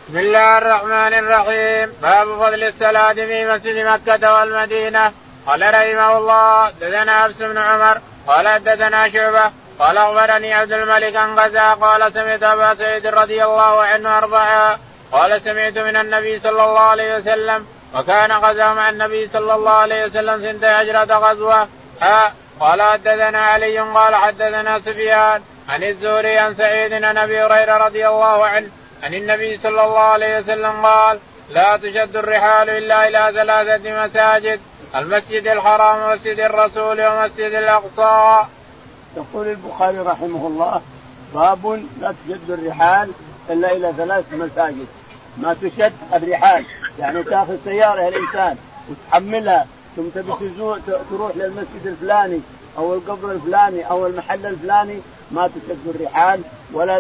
بسم الله الرحمن الرحيم. باب فضل الصلاة في مسجد مكة والمدينة. قال رحمه الله حدثنا حفص بن عمر قال حدثنا شعبة قال أخبرني عبد الملك عن غزا قال سمعت أبا سعيد رضي الله عنه أربعة قال سمعت من النبي صلى الله عليه وسلم وكان غزا مع النبي صلى الله عليه وسلم 12 غزوة. قال حدثنا علي قال حدثنا سفيان عن الزهري عن سعيد عن أبي هريرة رضي الله عنه عن النبي صلى الله عليه وسلم قال لا تشد الرحال إلا إلى 3 مساجد المسجد الحرام ومسجد الرسول ومسجد الأقصى. يقول البخاري رحمه الله باب لا تشد الرحال إلا إلى 3 مساجد. ما تشد الرحال يعني تأخذ سيارة الإنسان وتحملها ثم تبي تروح للمسجد الفلاني أو القبر الفلاني أو المحل الفلاني ما تشد الرحال ولا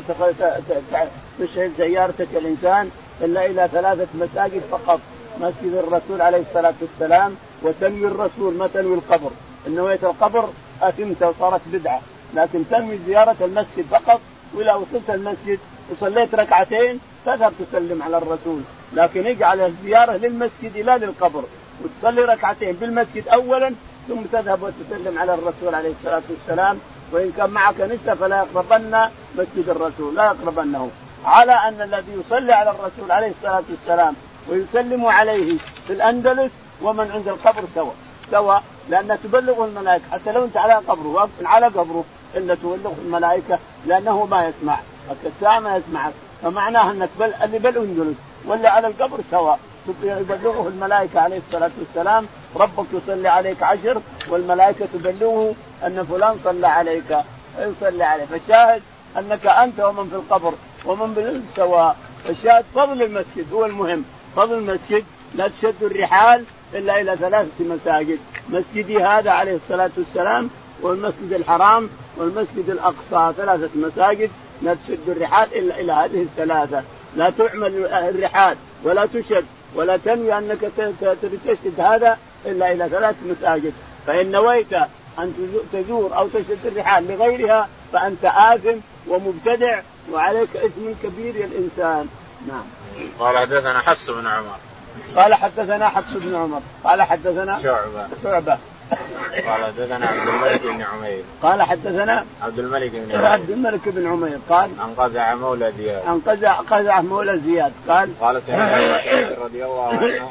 تشعل سيارتك الإنسان إلا إلى 3 مساجد فقط. مسجد الرسول عليه الصلاة والسلام وتنوي الرسول ما تنوي القبر. إن نويت القبر أثمت وصارت بدعة، لكن تنوي زيارة المسجد فقط. وإذا وصلت المسجد وصليت ركعتين تذهب تسلم على الرسول، لكن اجعل الزيارة للمسجد لا للقبر، وتصلي ركعتين بالمسجد أولا ثم تذهب وتسلم على الرسول عليه الصلاة والسلام. وإن كان معك نساء فلا يقربن مسجد الرسول، لا يقربنه، على أن الذي يصلي على الرسول عليه الصلاة والسلام ويسلم عليه في الأندلس ومن عند القبر سواء لأن تبلغه الملائكة، حتى لو أنت على قبره واقف على قبره إلا تبلغه الملائكة لأنه ما يسمع، الساعة ما يسمعك، فمعناه أنك اللي بالأندلس ولا على القبر سواء يبلغه الملائكة عليه الصلاة والسلام. ربك يصلي عليك 10 والملائكة تبلغه أن فلان صلى عليك يصلي عليه. فالشاهد أنك أنت ومن في القبر ومن بالأندلس سواء. الشاهد فضل المسجد هو المهم، فضل المسجد لا تشد الرحال إلا إلى 3 مساجد. مسجدي هذا عليه الصلاة والسلام والمسجد الحرام والمسجد الأقصى 3 مساجد لا تشد الرحال إلا إلى هذه ال3. لا تعمل الرحال ولا تشد ولا تنوي أنك تشد هذا إلا إلى 3 مساجد. فإن نويت أن تزور أو تشد الرحال لغيرها فأنت آثم ومبتدع وعليك إثم كبير يا الإنسان. نعم. قال حدثنا حفص بن عمر قال حدثنا حفص بن عمر قال حدثنا شعبة قال حدثنا عبد الملك بن عمير قال حدثنا عبد الملك بن عمير قال عن قزع مولى زياد مولى زياد قال سمعت رضي الله عنه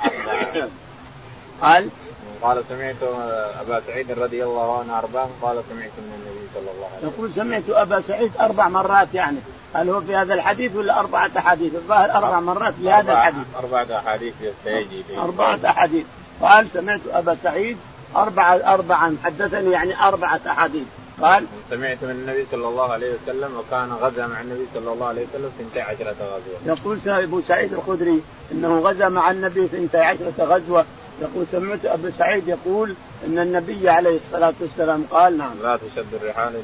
قال سمعت أبا سعيد رضي الله عنه 4 قال سمعت من النبي صلى الله عليه وسلم. يقول سمعت أبا سعيد 4 مرات، يعني هل هو في هذا الحديث ولا 4 أحاديث؟ الظاهر 4 مرات في هذا الحديث. 4 أحاديث سيجي 4 أحاديث. قال سمعت أبا سعيد 4 حدثني يعني 4 أحاديث. قال سمعت من النبي صلى الله عليه وسلم وكان غزا مع النبي صلى الله عليه وسلم 12 غزوة. يقول أبو سعيد الخدري إنه غزا مع النبي 12 غزوة. يقول سمعت أبو سعيد يقول إن النبي عليه الصلاة والسلام قال نعم لا تشد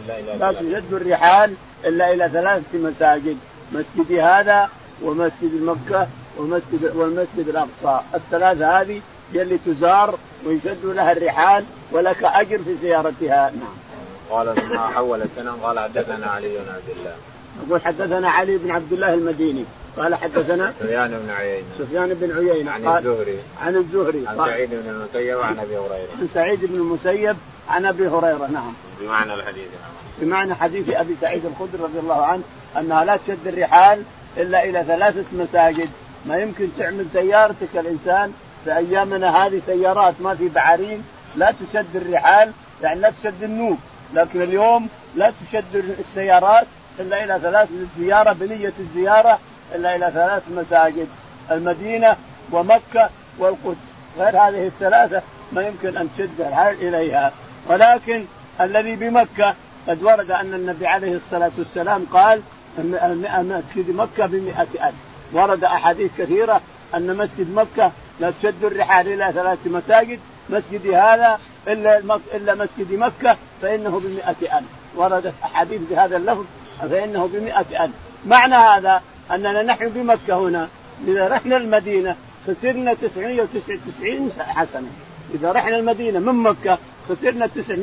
الرحال إلا إلى 3 مساجد. مسجدي هذا ومسجد مكة والمسجد الأقصى. ال3 هذه هي اللي تزار ويشد لها الرحال ولك أجر في زيارتها. نعم. قال ثم حول السنة قال حدثنا علي بن عبد الله يقول حدثنا علي بن عبد الله المديني قال حدثنا سفيان بن عيينة عن الزهري عن سعيد بن المسيب عن أبي هريرة عن سعيد بن المسيب عن أبي هريرة. نعم. بمعنى الحديث بمعنى حديث أبي سعيد الخدري رضي الله عنه أنها لا تشد الرحال إلا إلى 3 مساجد. ما يمكن تعمل سيارتك الإنسان في أيامنا هذه سيارات ما في بعارين لا تشد الرحال، يعني لا تشد النوب، لكن اليوم لا تشد السيارات إلا إلى 3 الزيارة بنية الزيارة إلا إلى 3 مساجد: المدينة ومكة والقدس. غير هذه ال3 ما يمكن أن تشد الرحال إليها. ولكن الذي بمكة قد ورد أن النبي عليه الصلاة والسلام قال أن مسجد مكة ب100,000. ورد أحاديث كثيرة أن مسجد مكة لا تشد الرحال إلى 3 مساجد. مسجد هذا إلا مسجد مكة فإنه ب100,000. وردت أحاديث بهذا اللفظ فإنه ب100,000. معنى هذا أننا نحن بمكة هنا إذا رحنا المدينة خسرنا 999 حسنة. إذا رحنا المدينة من مكة خسرنا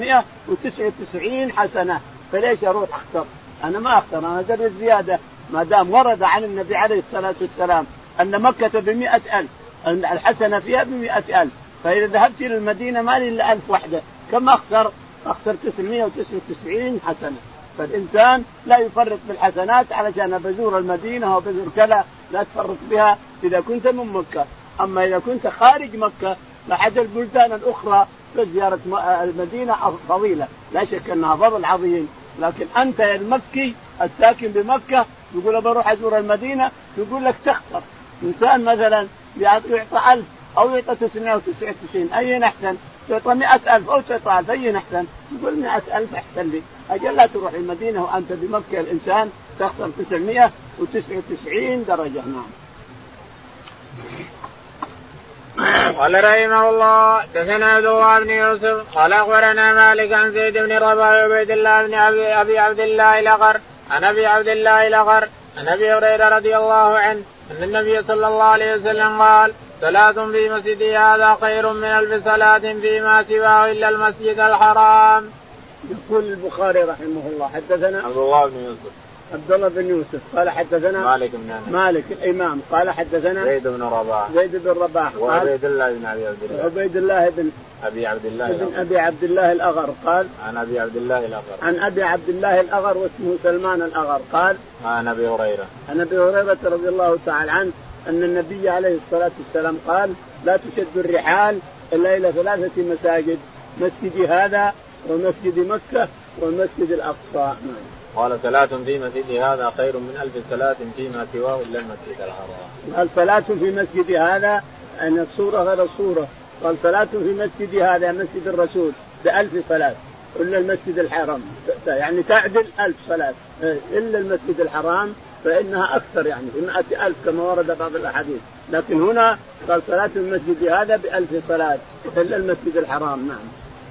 999 حسنة. فليش أروح أخسر؟ أنا ما أخسر، أنا أدري الزيادة ما دام ورد عن النبي عليه الصلاة والسلام أن مكة ب100,000 أن الحسنة فيها ب100,000. فإذا ذهبت إلى المدينة ما لي إلا 1000 وحدة، كم أخسر 999 حسنة. فالإنسان لا يفرط بالحسنات علشان بزور المدينة وبزور كذا، لا تفرط بها إذا كنت من مكة. أما إذا كنت خارج مكة لحد البلدان الأخرى فزيارة المدينة فضيلة، لا شك أنها فضل عظيم. لكن أنت المكي الساكن بمكة يقول بروح أزور المدينة، يقول لك تخسر. إنسان مثلا يعطى 1000 أو يعطى 999، أي أحسن؟ تعطى 100,000 أو تعطى 1000، أي أحسن؟ يقول 100,000 أحسن لي. أجل لا تروح المدينة وأنت بمكة، الإنسان تخسر 999 درجة. نعم. قال رحمه الله دثنا عبد الله بن يوسف قال أخبرنا مالك عن زيد بن رباح عبيد الله بن أبي عبد الله الأغر عن أبي عبد الله الأغر عن أبي هريرة رضي الله عنه أن النبي صلى الله عليه وسلم قال: صلاة في مسجد هذا خير من 1000 صلاة فيما سواه إلا المسجد الحرام. يقول البخاري رحمه الله حدثنا عبد الله بن يوسف قال حدثنا مالك الإمام قال حدثنا زيد بن رباح وعبيد الله بن أبي عبد الله الأغر قال عن أبي عبد الله الأغر واسمه سلمان الأغر قال عن أبي هريرة رضي الله تعالى عنه أن النبي عليه الصلاة والسلام قال: لا تشد الرحال إلا إلى 3 مساجد، مسجد هذا ومسجد مكة والمسجد الأقصى. قال: صلاة في مسجد هذا خير من 1000 صلاة فيما سواه إلا المسجد الحرام. الصلاة في مسجد هذا أن الصورة غير الصورة. قال: صلاة في مسجد هذا مسجد الرسول ب1000 صلاة إلا المسجد الحرام، يعني تعدل 1000 صلاة، إلا المسجد الحرام فإنها أكثر، يعني 100,000 كما ورد بعض الأحاديث. لكن هنا قال: صلاة المسجد هذا ب1000 صلاة إلا المسجد الحرام. نعم.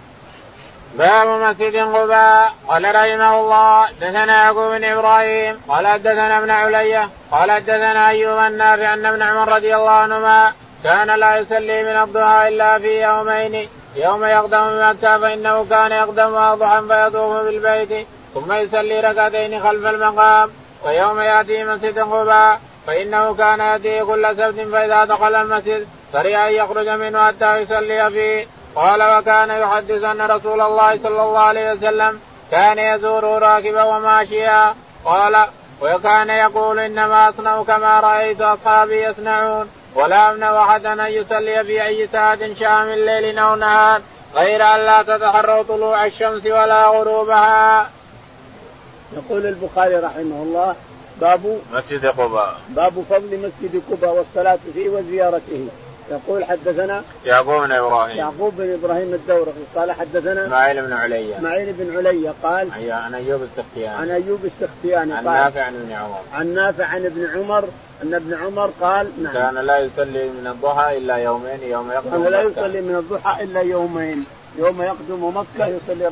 باب مسجد قباء. قال رحمه الله دثنا يعقوب بن إبراهيم قال دثنا ابن علية قال دثنا أيوب النافع أن ابن عمر رضي الله عنهما كان لا يصلي من الضحى إلا في يومين: يوم يقدم مكة فإنه كان يقدم أضحى فيطوف بالبيت ثم يصلي ركعتين خلف المقام، ويوم يأتي مسجد قباء فإنه كان يأتي كل سبت فإذا دخل المسجد سريع أن يخرج منه حتى يصلي فيه. قال: وكان يحدث أن رسول الله صلى الله عليه وسلم كان يزور راكبا وماشيا. قال: وكان يقول: إنما أصنع كما رأيت أصحابي يصنعون، ولا أمنع أحدا أن يصلي في أي ساعة شاء من ليل أو نهار غير أن لا تتحروا طلوع الشمس ولا غروبها. يقول البخاري رحمه الله: باب مسجد قباء، باب فضل مسجد قباء والصلاة فيه وزيارته. يقول: حدثنا يعقوب بن إبراهيم الدورقي قال حدثنا إسماعيل بن علية قال عن أيوب السختياني عن نافع عن ابن عمر أن ابن عمر قال: كان لا يصلي من الضحى إلا يومين يوم يقدم مكة. لا يصلي من الضحى إلا يومين، يوم يقدم مكة يصلي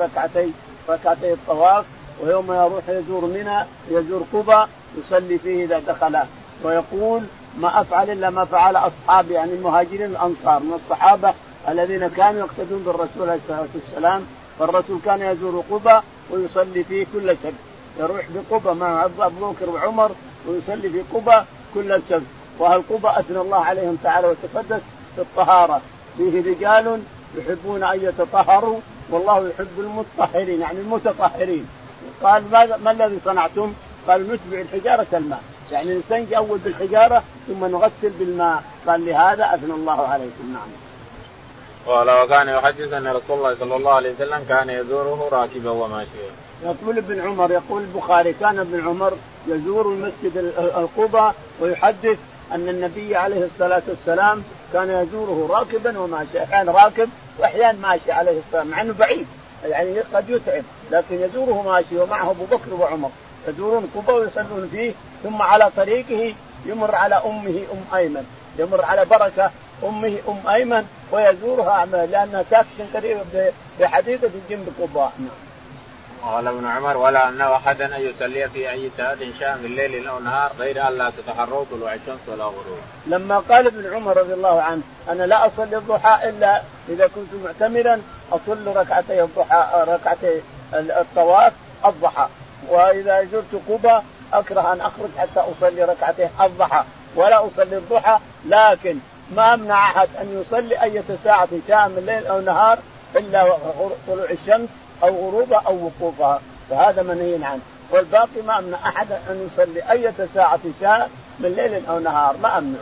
ركعتي الطواف، ويوم يروح يزور منى يزور قباء يصلي فيه إذا دخل. ويقول: ما أفعل إلا ما فعل أصحابي، يعني المهاجرين الأنصار من الصحابة الذين كانوا يقتدون بالرسول عليه الصلاة والسلام. فالرسول كان يزور قباء ويصلي فيه كل سبت، يروح بقباء مع أبو بكر وعمر ويصلي في قباء كل سبت. وأهل قباء أثنى الله عليهم تعالى وتقدس في الطهارة، فيه رجال يحبون أن يتطهروا والله يحب المتطهرين، يعني المتطهرين. قال: ما الذي صنعتم؟ قال: نتبع الحجارة الماء، يعني نستنجي أول بالحجارة ثم نغسل بالماء. قال: لهذا أثنى الله عليكم. نعم. قال: وكان يحدث أن رسول الله صلى الله عليه وسلم كان يزوره راكبا وماشيا. يقول ابن عمر، يقول البخاري: كان ابن عمر يزور المسجد القباء ويحدث أن النبي عليه الصلاة والسلام كان يزوره راكبا وماشيا، كان راكب وأحيانا ماشي عليه السلام، مع أنه بعيد يعني قد يتعب، لكن يزوره ماشي ومعه أبو بكر وعمر يزورون قباء ويصلون فيه. ثم على طريقه يمر على أمه أيمن، يمر على بركة أمه أيمن ويزورها لأنها ساكنة قريبة بحديقة جنب قباء. قال ابن عمر: ولا أن أحدا أن يصلي في أي ساعة شاء من الليل أو نهار غير أن لا تتحروا طلوع الشمس ولا غروب. لما قال ابن عمر رضي الله عنه: أنا لا أصلي الضحى إلا إذا كنت معتمرا، أصلي ركعتي الضحى ركعتي الطواف الضحى، وإذا زرت قباء أكره أن أخرج حتى أصلي ركعتي الضحى. ولا أصلي الضحى، لكن ما أمنع أحد أن يصلي أي ساعة شاء من الليل أو نهار إلا طلوع الشمس أو غروبها أو وقوفها، فهذا منهي عنه. والباقي ما أمنع أحد أن يصلي أي ساعة شاء من ليل أو نهار، ما أمنع.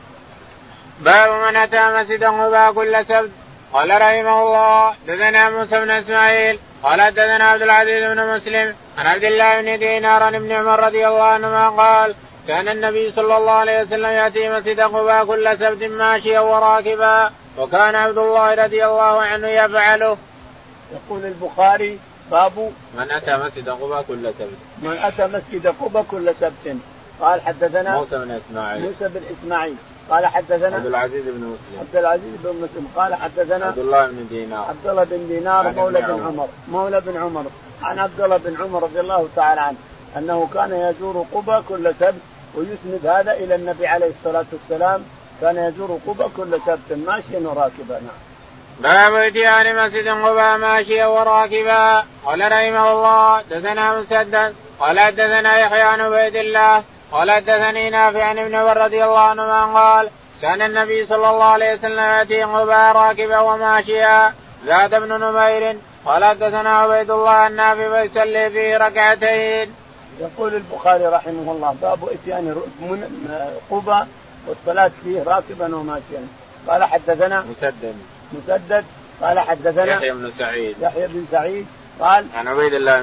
باب من أتى مسجدا قباء كل سبت. قال رحمه الله دثنا موسى بن إسماعيل قال دثنا عبد العزيز بن مسلم عن عبد الله بن دينار عن ابن عمر رضي الله عنهما قال كان النبي صلى الله عليه وسلم يأتي مسجد قباء كل سبت ماشيا وراكبا وكان عبد الله رضي الله عنه يفعله. يقول البخاري باب من أتى مسجد قباء كل سبت. من أتى مسجد قباء كل سبت. قال حدثنا موسى بن إسماعيل قال حدثنا عبد العزيز بن مسلم قال حدثنا عبد الله بن دينار مولى بن عمر عن عبد الله بن عمر رضي الله تعالى عنه أنه كان يزور قباء كل سبت، ويسند هذا إلى النبي عليه الصلاة والسلام، كان يزور قباء كل سبت ماشيا وراكبا. باب اتيان مسجد قباء ماشيا وراكبا. قال رحمه الله دثنا مسدد قال دثنا يحيى عن عبيد الله قال دثني نافع عن ابن عمر رضي الله عنهما قال كان النبي صلى الله عليه وسلم يأتي قباء راكبا وماشيا. زاد بن نمير قال دثنا عبيد الله النافع ويصلي فيه ركعتين. يقول البخاري رحمه الله باب اتيان قباء والصلاة فيه راكبا وماشيا. قال حدثنا مسدد قال حدثنا يحيى بن سعيد قال عن عبيد الله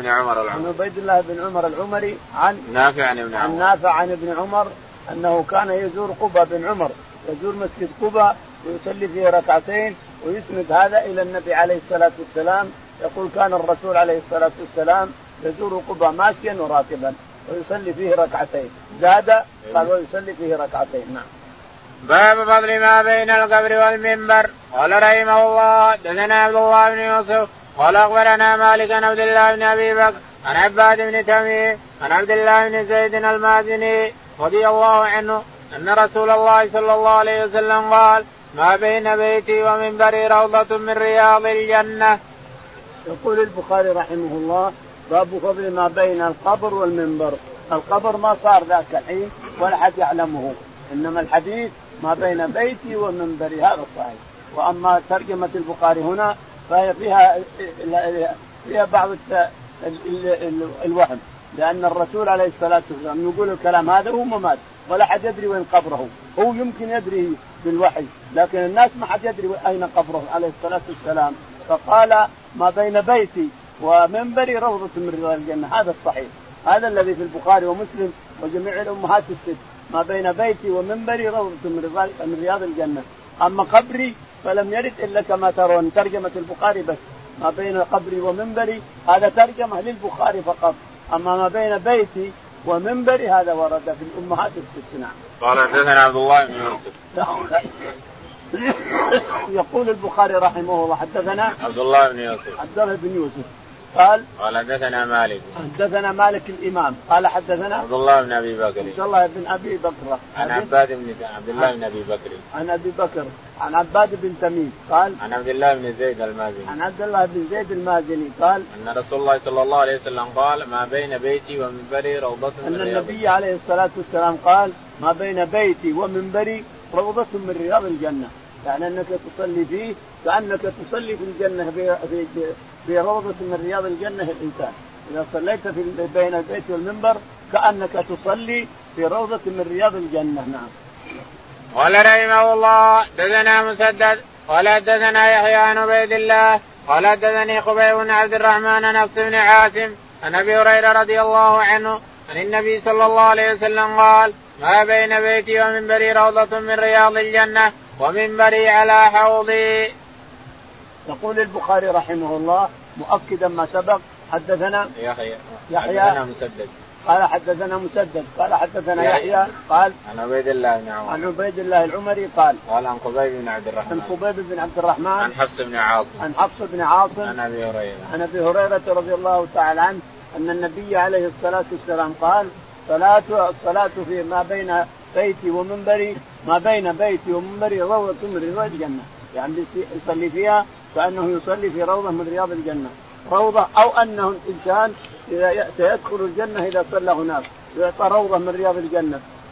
بن عمر العمري عن نافع عن ابن عمر أنه كان يزور قباء بن عمر، يزور مسجد قباء ويصلي فيه ركعتين، ويسند هذا إلى النبي عليه الصلاة والسلام. يقول كان الرسول عليه الصلاة والسلام يزور قباء ماشيا وراكبا ويصلي فيه ركعتين. زاد قال ويصلي فيه ركعتين. نعم. باب فضل ما بين القبر والمنبر. قال رحمه الله دثنا عبد الله بن يوسف قال أخبرنا مالك عن عبد الله بن أبي بكر عن عباد بن تميم عن عبد الله بن زيد المازني رضي الله عنه أن رسول الله صلى الله عليه وسلم قال ما بين بيتي ومنبري روضة من رياض الجنة. يقول البخاري رحمه الله باب فضل ما بين القبر والمنبر. القبر ما صار ذاك الحين ولا حد يعلمه، إنما الحديث ما بين بيتي ومنبري، هذا صحيح. وأما ترجمة البخاري هنا فهي فيها بعض الوهم، لأن الرسول عليه الصلاة والسلام يقول الكلام هذا وهو مات ولا حد يدري وين قبره. هو يمكن يدري بالوحي، لكن الناس ما حد يدري أين قبره عليه الصلاة والسلام. فقال ما بين بيتي ومنبري روضة من رياض الجنة، هذا الصحيح، هذا الذي في البخاري ومسلم وجميع الأمهات الست. ما بين بيتي ومنبري روضة من رياض الجنة. أما قبري فلم يرد إلا كما ترون ترجمة البخاري بس. ما بين قبري ومنبري هذا ترجمة للبخاري فقط، أما ما بين بيتي ومنبري هذا ورد في الأمهات الست. نعم. قال حدثنا عبد الله بن يوسف. يقول البخاري رحمه الله حدثنا عبد الله بن يوسف قال حدثنا مالك الإمام قال حدثنا عبد الله بن أبي بكر عن عباد بن الله بن أبي بكر عن أبي بكر عن عباد بن تميم قال عن عبد الله بن زيد المازني قال أن رسول الله صلى الله عليه وسلم قال ما بين بيتي ومنبري روضة من رياض. أن النبي عليه الصلاة والسلام قال ما بين بيتي ومنبري روضة من رياض الجنة، يعني أنك تصلي فيه كأنك تصلي في الجنة في روضة من رياض الجنة. الإنسان إذا صليت بين البيت والمنبر كأنك تصلي في روضة من رياض الجنة. نعم. قال رحمه الله دثنا مسدد قال دثنا يحيى عن عبيد الله قال دثني خبيب بن عبد الرحمن عن نفس بن عاصم عن أبي هريرة رضي الله عنه عن النبي صلى الله عليه وسلم قال ما بين بيتي ومنبري روضة من رياض الجنة ومنبري على حوضي. يقول البخاري رحمه الله مؤكدا ما سبق حدثنا يحيى قال حدثنا مسدد قال حدثنا يحيى قال عن عبيد الله العمري قال عن خبيب بن عبد الرحمن عن حفص بن عاصم عن أبي هريرة رضي الله تعالى عنه أن النبي عليه الصلاة والسلام قال الصلاة في ما بين بيتي ومنبري روضة من رياض الجنة، يعني يصلي فيها كأنه يصلي في روضة من رياض الجنة. روضة أو أنه الإنسان إذا سيدخل الجنة إذا صلى هناك يعطى روضة من رياض الجنة،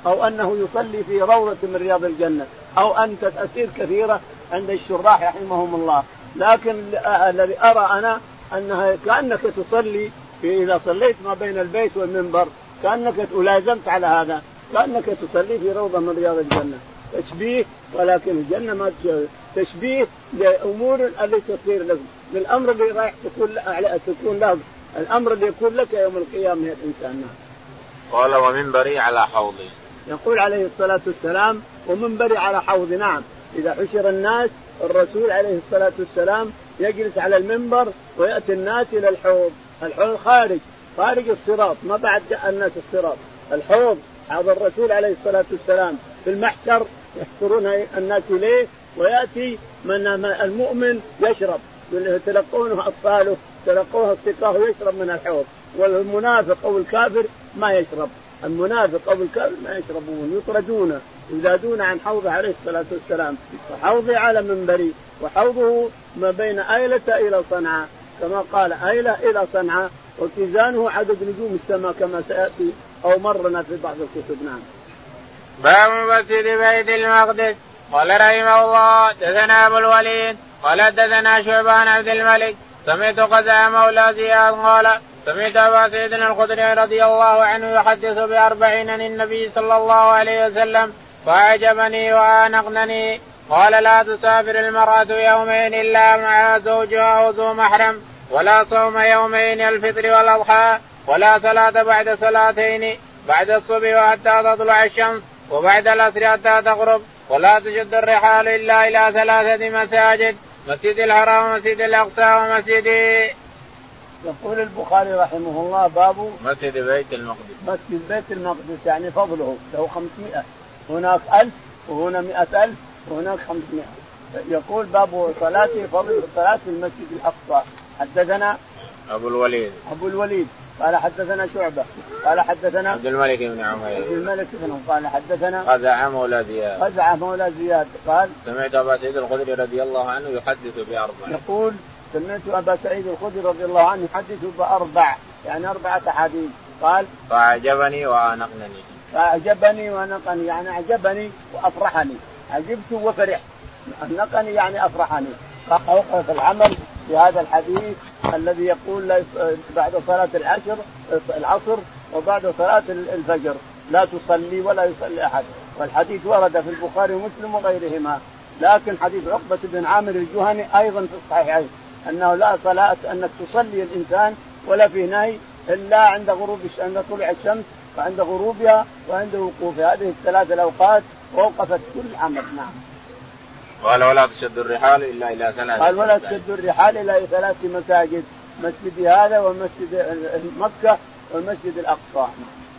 أو أنه يصلي في روضة من رياض الجنة، أو أن تأثير كثيرة عند الشراح رحمهم الله. لكن الذي أرى أنا أنها كأنك تصلي إذا صليت ما بين البيت والمنبر كأنك لازمت على هذا، كأنك تصلي في روضة من رياض الجنة. تشبيه، ولكن الجنة ما تشبيه لأمور اللي تصير لك، للأمر اللي رايح تكون لك، الأمر اللي يكون لك يوم القيامة يا الإنسان. قال ومنبري على حوضي، يقول عليه الصلاة والسلام ومنبري على حوضي. نعم، إذا حشر الناس الرسول عليه الصلاة والسلام يجلس على المنبر ويأتي الناس إلى الحوض. الحوض خارج الصراط، ما بعد جاء الناس الصراط. الحوض هذا الرسول عليه الصلاة والسلام في المحشر يحشرون الناس إليه، ويأتي من المؤمن يشرب، تلقونه أطفاله تلقوه السقاه يشرب من الحوض، والمنافق أو الكافر ما يشرب. المنافق أو الكافر ما يشربون، يطردون يزادون عن حوضه عليه الصلاة والسلام. وحوضي على منبري، وحوضه ما بين أيلة إلى صنعاء، كما قال أيلة إلى صنعاء، وكيزانه عدد نجوم السماء كما سيأتي أو مرنا في بعض الكتب. نعم. باب مسجد بيت المقدس. قال رحمه الله دثنا أبو الوليد قال دثنا شعبان عبد الملك سمعت قزع مولى زياد قال سمعت أبا سعيد الخدري رضي الله عنه يحدث ب40 عن النبي صلى الله عليه وسلم فأعجبني وآنقني. قال لا تسافر المرأة يومين إلا مع زوجها وذو محرم، ولا صوم يومين الفطر والأضحى، ولا صلاة بعد صلاتين، بعد الصبح حتى تطلع الشمس، وبعد العصر حتى تغرب، ولا تشد الرحال إلا إلى 3 مساجد: مسجد الحرام ومسجد الأقصى ومسجد. يقول البخاري رحمه الله باب مسجد بيت المقدس. مسجد بيت المقدس يعني فضله له 500، هناك 1000 وهنا 100,000 وهناك 500. يقول باب صلاة فضل الصلاة في المسجد الأقصى. حدثنا أبو الوليد قال حدثنا شعبة قال حدثنا عبد الملك بن عمير قال حدثنا قزع مولى زياد قال سمعت أبا سعيد الخدري رضي الله عنه يحدث ب4. يقول سمعت أبا سعيد الخدري رضي الله عنه يحدث ب4 يعني 4 أحاديث. قال فأعجبني وأنقني يعني أعجبني وأفرحني، عجبت وفرحت. أنقني يعني أفرحني. أوقف العمل في هذا الحديث الذي يقول بعد صلاة العصر وبعد صلاة الفجر لا تصلي ولا يصلي أحد. والحديث ورد في البخاري ومسلم وغيرهما، لكن حديث عقبة بن عامر الجهني أيضا في الصحيحين أنه لا صلاة أنك تصلي الإنسان ولا في نهي إلا عند طلوع الشمس وعند غروبها وعند وقوفها، هذه ال3 الأوقات ووقفت كل عمل. نعم. قال ولا تشد الرحال إلا إلى 3 مساجد: مسجد هذا ومسجد مكة والمسجد الأقصى.